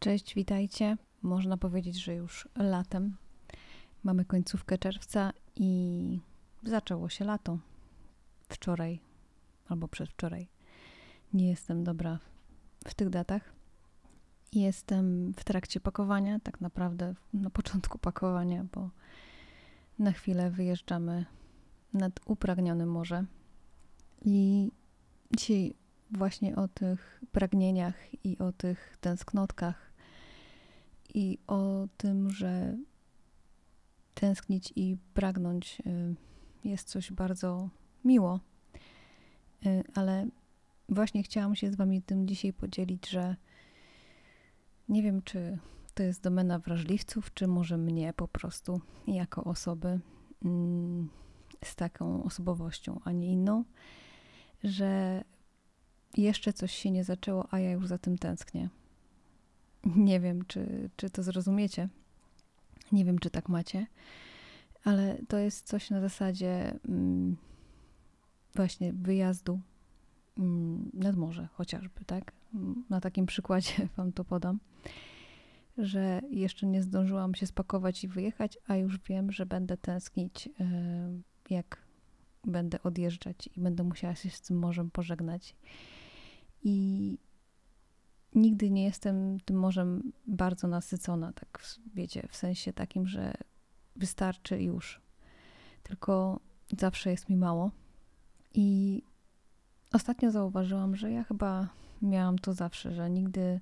Cześć, witajcie. Można powiedzieć, że już latem. Mamy końcówkę czerwca i zaczęło się lato. Wczoraj albo przedwczoraj. Nie jestem dobra w tych datach. Jestem w trakcie pakowania, tak naprawdę na początku pakowania, bo na chwilę wyjeżdżamy nad upragnionym morze. I dzisiaj właśnie o tych pragnieniach i o tych tęsknotkach i o tym, że tęsknić i pragnąć jest coś bardzo miło, ale właśnie chciałam się z wami tym dzisiaj podzielić, że nie wiem, czy to jest domena wrażliwców, czy może mnie po prostu jako osoby z taką osobowością, a nie inną, że jeszcze coś się nie zaczęło, a ja już za tym tęsknię. Nie wiem, czy to zrozumiecie. Nie wiem, czy tak macie, ale to jest coś na zasadzie właśnie wyjazdu nad morze chociażby, tak? Na takim przykładzie wam to podam, że jeszcze nie zdążyłam się spakować i wyjechać, a już wiem, że będę tęsknić, jak będę odjeżdżać i będę musiała się z tym morzem pożegnać. I nigdy nie jestem tym morzem bardzo nasycona, tak wiecie, w sensie takim, że wystarczy już. Tylko zawsze jest mi mało. I ostatnio zauważyłam, że ja chyba miałam to zawsze, że nigdy,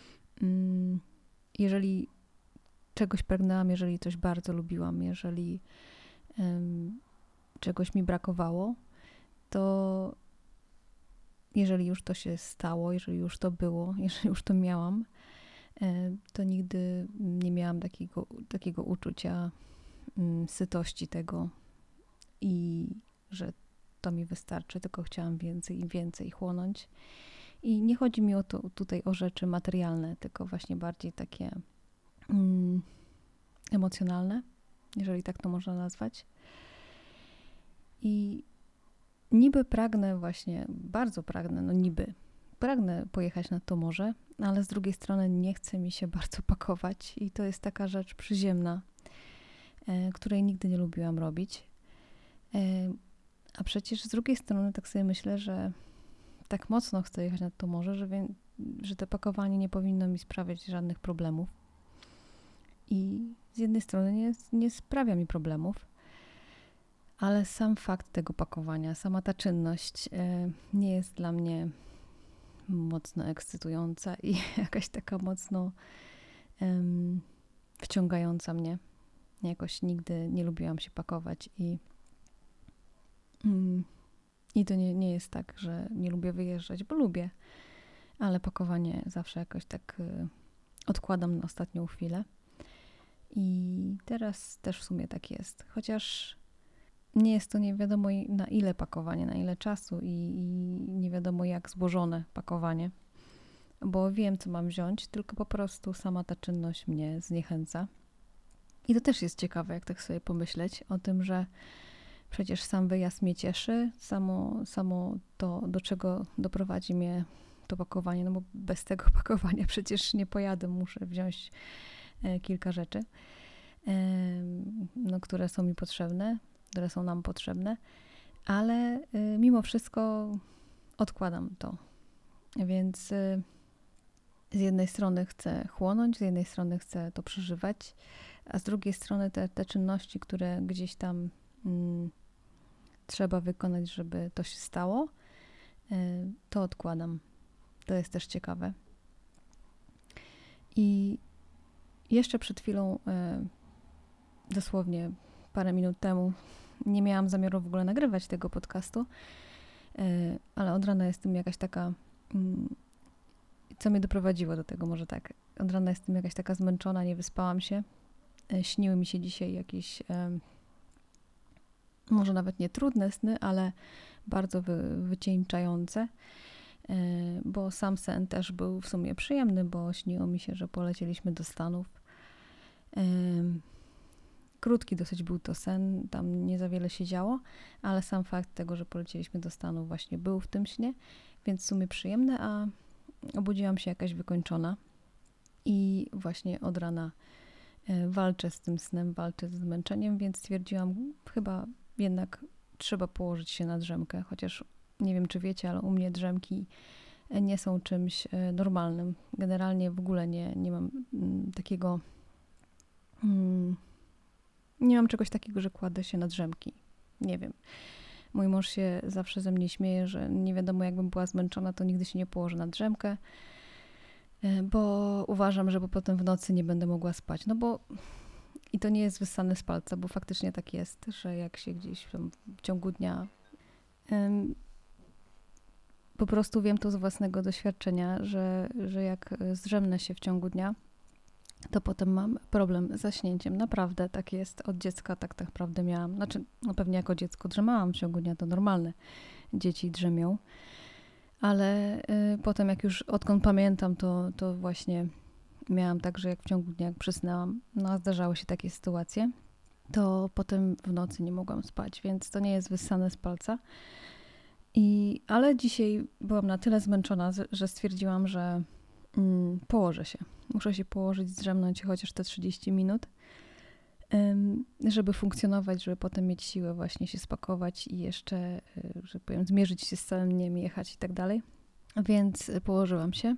jeżeli czegoś pragnęłam, jeżeli coś bardzo lubiłam, jeżeli czegoś mi brakowało, to jeżeli już to się stało, jeżeli już to było, jeżeli już to miałam, to nigdy nie miałam takiego uczucia sytości tego i że to mi wystarczy, tylko chciałam więcej i więcej chłonąć. I nie chodzi mi o to tutaj o rzeczy materialne, tylko właśnie bardziej takie emocjonalne, jeżeli tak to można nazwać. I niby pragnę właśnie, bardzo pragnę, pragnę pojechać na to morze, ale z drugiej strony nie chce mi się bardzo pakować i to jest taka rzecz przyziemna, której nigdy nie lubiłam robić. A przecież z drugiej strony tak sobie myślę, że tak mocno chcę jechać na to morze, że to pakowanie nie powinno mi sprawiać żadnych problemów. I z jednej strony nie sprawia mi problemów, ale sam fakt tego pakowania, sama ta czynność nie jest dla mnie mocno ekscytująca i jakaś taka mocno wciągająca mnie. Jakoś nigdy nie lubiłam się pakować i to nie jest tak, że nie lubię wyjeżdżać, bo lubię, ale pakowanie zawsze jakoś tak odkładam na ostatnią chwilę. I teraz też w sumie tak jest. Chociaż nie jest to nie wiadomo na ile pakowanie, na ile czasu i nie wiadomo jak złożone pakowanie, bo wiem, co mam wziąć, tylko po prostu sama ta czynność mnie zniechęca. I to też jest ciekawe, jak tak sobie pomyśleć o tym, że przecież sam wyjazd mnie cieszy, samo to, do czego doprowadzi mnie to pakowanie, no bo bez tego pakowania przecież nie pojadę, muszę wziąć kilka rzeczy, które są mi potrzebne, które są nam potrzebne, ale mimo wszystko odkładam to. Więc z jednej strony chcę chłonąć, z jednej strony chcę to przeżywać, a z drugiej strony te czynności, które gdzieś tam trzeba wykonać, żeby to się stało, to odkładam. To jest też ciekawe. I jeszcze przed chwilą, dosłownie parę minut temu, nie miałam zamiaru w ogóle nagrywać tego podcastu, ale od rana jestem jakaś taka, co mnie doprowadziło do tego, może tak. Od rana jestem jakaś taka zmęczona, nie wyspałam się. Śniły mi się dzisiaj jakieś, może nawet nie trudne sny, ale bardzo wycieńczające, bo sam sen też był w sumie przyjemny, bo śniło mi się, że polecieliśmy do Stanów. Krótki dosyć był to sen, tam nie za wiele się działo, ale sam fakt tego, że polecieliśmy do Stanów właśnie był w tym śnie, więc w sumie przyjemne, a obudziłam się jakaś wykończona. i właśnie od rana walczę z tym snem, walczę z zmęczeniem, więc stwierdziłam, chyba jednak trzeba położyć się na drzemkę, chociaż nie wiem, czy wiecie, ale u mnie drzemki nie są czymś normalnym. Generalnie w ogóle nie mam takiego, nie mam czegoś takiego, że kładę się na drzemki. Nie wiem. Mój mąż się zawsze ze mnie śmieje, że nie wiadomo, jakbym była zmęczona, to nigdy się nie położę na drzemkę, bo uważam, że potem w nocy nie będę mogła spać. No bo i to nie jest wyssane z palca, bo faktycznie tak jest, że jak się gdzieś w ciągu dnia po prostu wiem to z własnego doświadczenia, że jak zdrzemnę się w ciągu dnia, to potem mam problem z zaśnięciem. Naprawdę tak jest. Od dziecka tak naprawdę miałam. Znaczy, no pewnie jako dziecko drzemałam w ciągu dnia, to normalne. Dzieci drzemią. Ale potem jak już odkąd pamiętam, to właśnie miałam tak, że jak w ciągu dnia jak przysnęłam, no a zdarzały się takie sytuacje, to potem w nocy nie mogłam spać, więc to nie jest wyssane z palca. Ale dzisiaj byłam na tyle zmęczona, że stwierdziłam, że położę się. Muszę się położyć, zdrzemnąć chociaż te 30 minut, żeby funkcjonować, żeby potem mieć siłę właśnie się spakować i jeszcze, że powiem, zmierzyć się z całym dniem, jechać i tak dalej. Więc położyłam się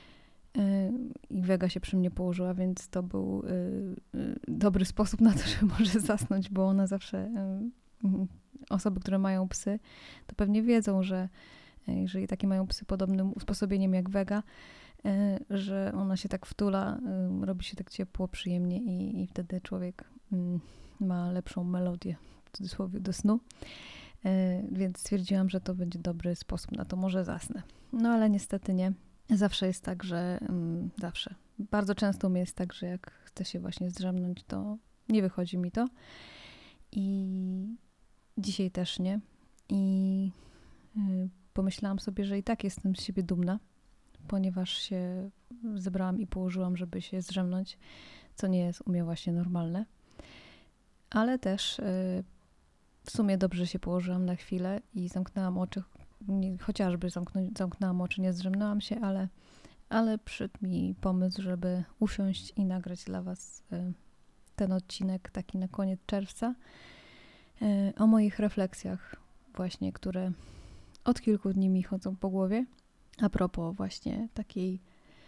i Wega się przy mnie położyła, więc to był dobry sposób na to, że może zasnąć, bo ona zawsze, osoby, które mają psy, to pewnie wiedzą, że jeżeli takie mają psy podobnym usposobieniem jak Wega, że ona się tak wtula, robi się tak ciepło, przyjemnie i wtedy człowiek ma lepszą melodię, w cudzysłowie, do snu. Więc stwierdziłam, że to będzie dobry sposób na to, może zasnę. No ale niestety nie. Zawsze jest tak, że zawsze. Bardzo często u mnie jest tak, że jak chcę się właśnie zdrzemnąć, to nie wychodzi mi to. I dzisiaj też nie. I pomyślałam sobie, że i tak jestem z siebie dumna, ponieważ się zebrałam i położyłam, żeby się zdrzemnąć, co nie jest u mnie właśnie normalne. Ale też w sumie dobrze się położyłam na chwilę i zamknęłam oczy, chociażby zamknęłam oczy, nie zdrzemnęłam się, ale przyszedł mi pomysł, żeby usiąść i nagrać dla Was ten odcinek taki na koniec czerwca o moich refleksjach właśnie, które od kilku dni mi chodzą po głowie. A propos właśnie takiej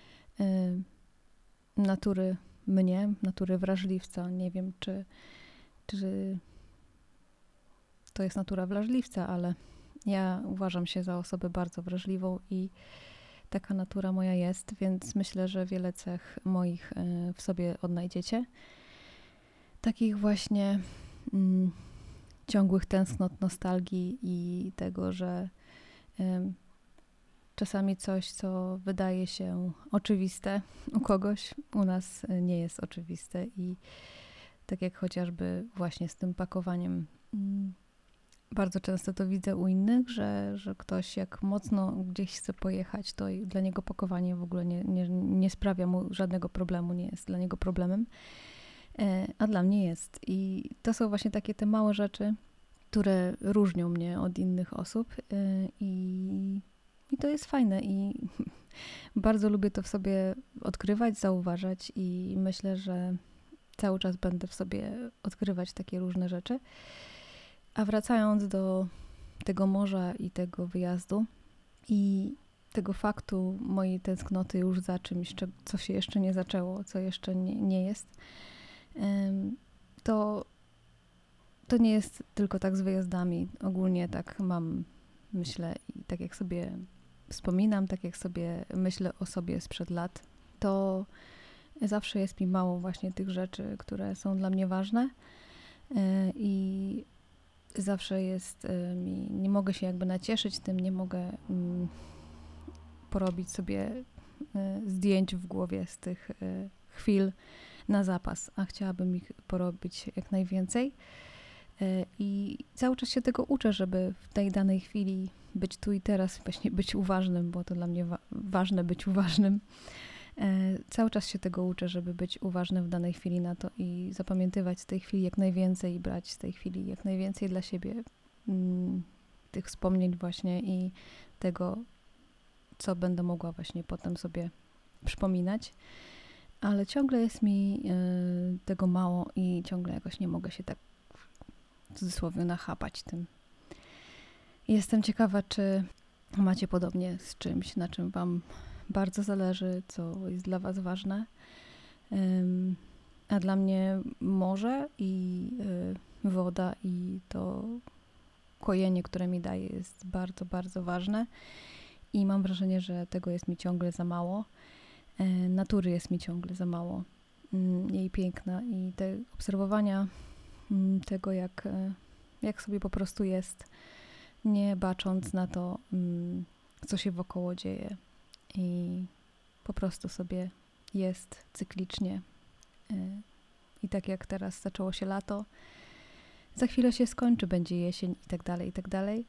natury mnie, natury wrażliwca. Nie wiem, czy to jest natura wrażliwca, ale ja uważam się za osobę bardzo wrażliwą i taka natura moja jest, więc myślę, że wiele cech moich w sobie odnajdziecie. Takich właśnie ciągłych tęsknot, nostalgii i tego, że czasami coś, co wydaje się oczywiste u kogoś, u nas nie jest oczywiste i tak jak chociażby właśnie z tym pakowaniem. Bardzo często to widzę u innych, że ktoś jak mocno gdzieś chce pojechać, to dla niego pakowanie w ogóle nie sprawia mu żadnego problemu, nie jest dla niego problemem, a dla mnie jest. I to są właśnie takie te małe rzeczy, które różnią mnie od innych osób i to jest fajne i bardzo lubię to w sobie odkrywać, zauważać i myślę, że cały czas będę w sobie odkrywać takie różne rzeczy. A wracając do tego morza i tego wyjazdu i tego faktu mojej tęsknoty już za czymś, co się jeszcze nie zaczęło, co jeszcze nie jest, to nie jest tylko tak z wyjazdami. Ogólnie tak mam, myślę, i tak jak sobie wspominam, tak jak sobie myślę o sobie sprzed lat, to zawsze jest mi mało właśnie tych rzeczy, które są dla mnie ważne i zawsze jest mi, nie mogę się jakby nacieszyć tym, nie mogę porobić sobie zdjęć w głowie z tych chwil na zapas, a chciałabym ich porobić jak najwięcej. I cały czas się tego uczę, żeby w tej danej chwili być tu i teraz, właśnie być uważnym, bo to dla mnie ważne być uważnym. Cały czas się tego uczę, żeby być uważnym w danej chwili na to i zapamiętywać z tej chwili jak najwięcej i brać z tej chwili jak najwięcej dla siebie tych wspomnień właśnie i tego, co będę mogła właśnie potem sobie przypominać. ale ciągle jest mi tego mało i ciągle jakoś nie mogę się tak w cudzysłowie nachapać tym. Jestem ciekawa, czy macie podobnie z czymś, na czym wam bardzo zależy, co jest dla was ważne. A dla mnie morze i woda i to kojenie, które mi daje, jest bardzo, bardzo ważne. I mam wrażenie, że tego jest mi ciągle za mało. Natury jest mi ciągle za mało. Jej piękna i te obserwowania tego, jak sobie po prostu jest, nie bacząc na to, co się wokoło dzieje. I po prostu sobie jest cyklicznie. I tak jak teraz zaczęło się lato, za chwilę się skończy, będzie jesień i tak dalej, i tak dalej.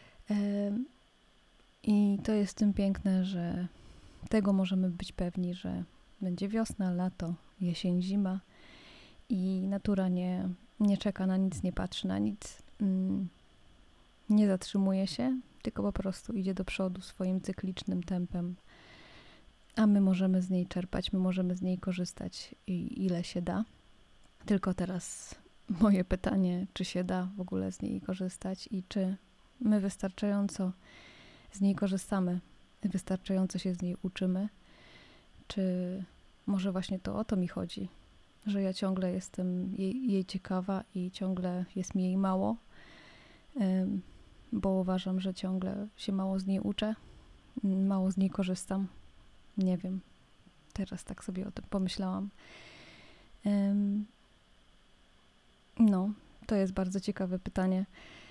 I to jest tym piękne, że tego możemy być pewni, że będzie wiosna, lato, jesień, zima i natura nie czeka na nic, nie patrzy na nic, nie zatrzymuje się, tylko po prostu idzie do przodu swoim cyklicznym tempem, a my możemy z niej czerpać, my możemy z niej korzystać ile się da. Tylko teraz moje pytanie, czy się da w ogóle z niej korzystać i czy my wystarczająco z niej korzystamy, wystarczająco się z niej uczymy, czy może właśnie to o to mi chodzi, że ja ciągle jestem jej ciekawa i ciągle jest mi jej mało, bo uważam, że ciągle się mało z niej uczę, mało z niej korzystam. Nie wiem, teraz tak sobie o tym pomyślałam. No, to jest bardzo ciekawe pytanie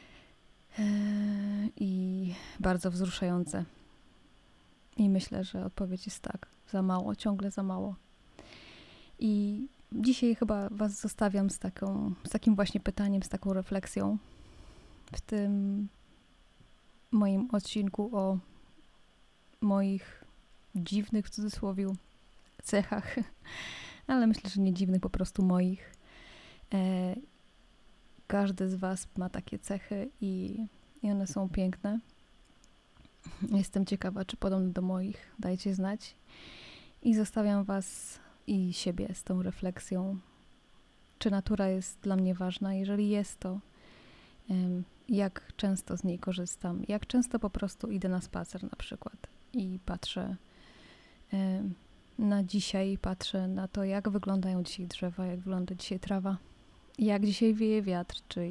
i bardzo wzruszające. I myślę, że odpowiedź jest tak, za mało, ciągle za mało. I dzisiaj chyba was zostawiam z takim właśnie pytaniem, z taką refleksją w tym moim odcinku o moich dziwnych, w cudzysłowie, cechach, ale myślę, że nie dziwnych, po prostu moich. Każdy z was ma takie cechy i one są piękne. Jestem ciekawa, czy podobne do moich. Dajcie znać. I zostawiam was i siebie z tą refleksją. Czy natura jest dla mnie ważna? Jeżeli jest, to jak często z niej korzystam? Jak często po prostu idę na spacer na przykład i patrzę na dzisiaj, patrzę na to, jak wyglądają dzisiaj drzewa, jak wygląda dzisiaj trawa, jak dzisiaj wieje wiatr, czy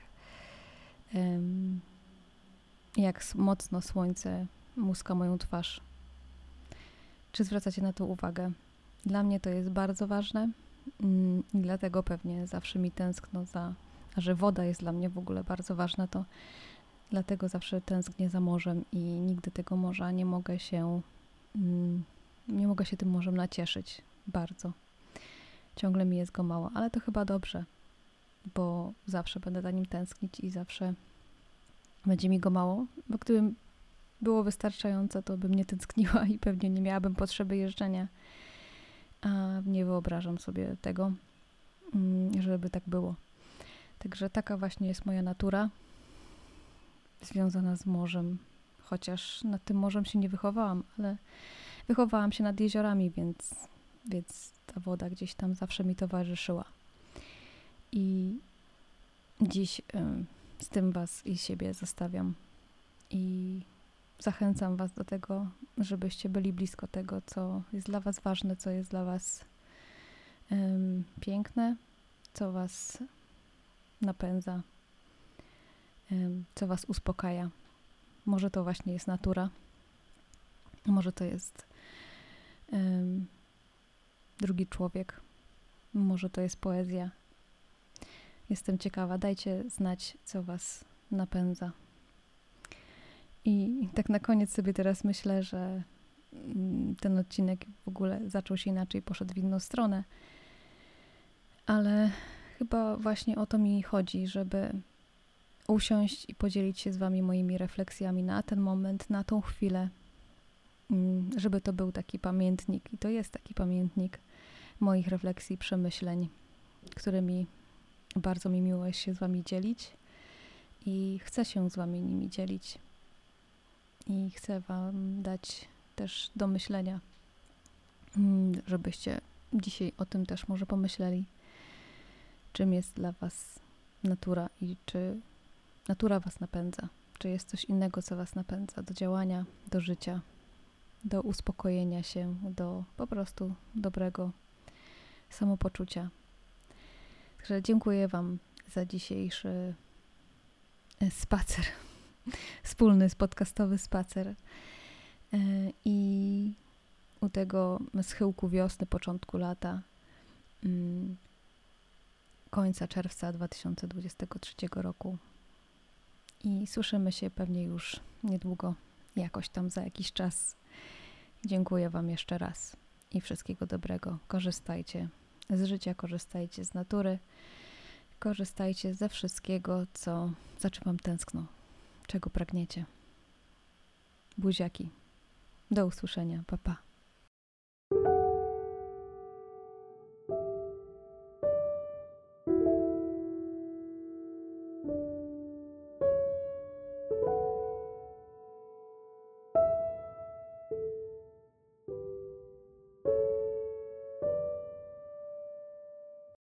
jak mocno słońce muska moją twarz. Czy zwracacie na to uwagę? Dla mnie to jest bardzo ważne i dlatego pewnie zawsze mi tęskno a że woda jest dla mnie w ogóle bardzo ważna, to dlatego zawsze tęsknię za morzem i nigdy tego morza nie mogę się tym morzem nacieszyć bardzo. Ciągle mi jest go mało, ale to chyba dobrze, bo zawsze będę za nim tęsknić i zawsze będzie mi go mało, bo gdybym było wystarczająco, to bym nie tęskniła i pewnie nie miałabym potrzeby jeżdżenia, a nie wyobrażam sobie tego, żeby tak było. Także taka właśnie jest moja natura związana z morzem, chociaż nad tym morzem się nie wychowałam, ale wychowałam się nad jeziorami, więc ta woda gdzieś tam zawsze mi towarzyszyła. I dziś z tym was i siebie zostawiam i zachęcam was do tego, żebyście byli blisko tego, co jest dla was ważne, co jest dla was piękne, co was napędza, co was uspokaja. Może to właśnie jest natura, może to jest drugi człowiek, może to jest poezja. Jestem ciekawa, dajcie znać, co was napędza. I tak na koniec sobie teraz myślę, że ten odcinek w ogóle zaczął się inaczej, poszedł w inną stronę, ale chyba właśnie o to mi chodzi, żeby usiąść i podzielić się z wami moimi refleksjami na ten moment, na tą chwilę, żeby to był taki pamiętnik i to jest taki pamiętnik moich refleksji, przemyśleń, którymi bardzo mi miło jest się z wami dzielić i chcę się z wami nimi dzielić i chcę wam dać też do myślenia, żebyście dzisiaj o tym też może pomyśleli, czym jest dla Was natura i czy natura Was napędza, czy jest coś innego, co Was napędza do działania, do życia, do uspokojenia się, do po prostu dobrego samopoczucia. Także dziękuję Wam za dzisiejszy spacer, wspólny podcastowy spacer i u tego schyłku wiosny, początku lata, końca czerwca 2023 roku. I słyszymy się pewnie już niedługo, jakoś tam za jakiś czas. Dziękuję Wam jeszcze raz i wszystkiego dobrego. Korzystajcie z życia, korzystajcie z natury, korzystajcie ze wszystkiego, za czym Wam tęskno, czego pragniecie. Buziaki. Do usłyszenia. Pa, pa.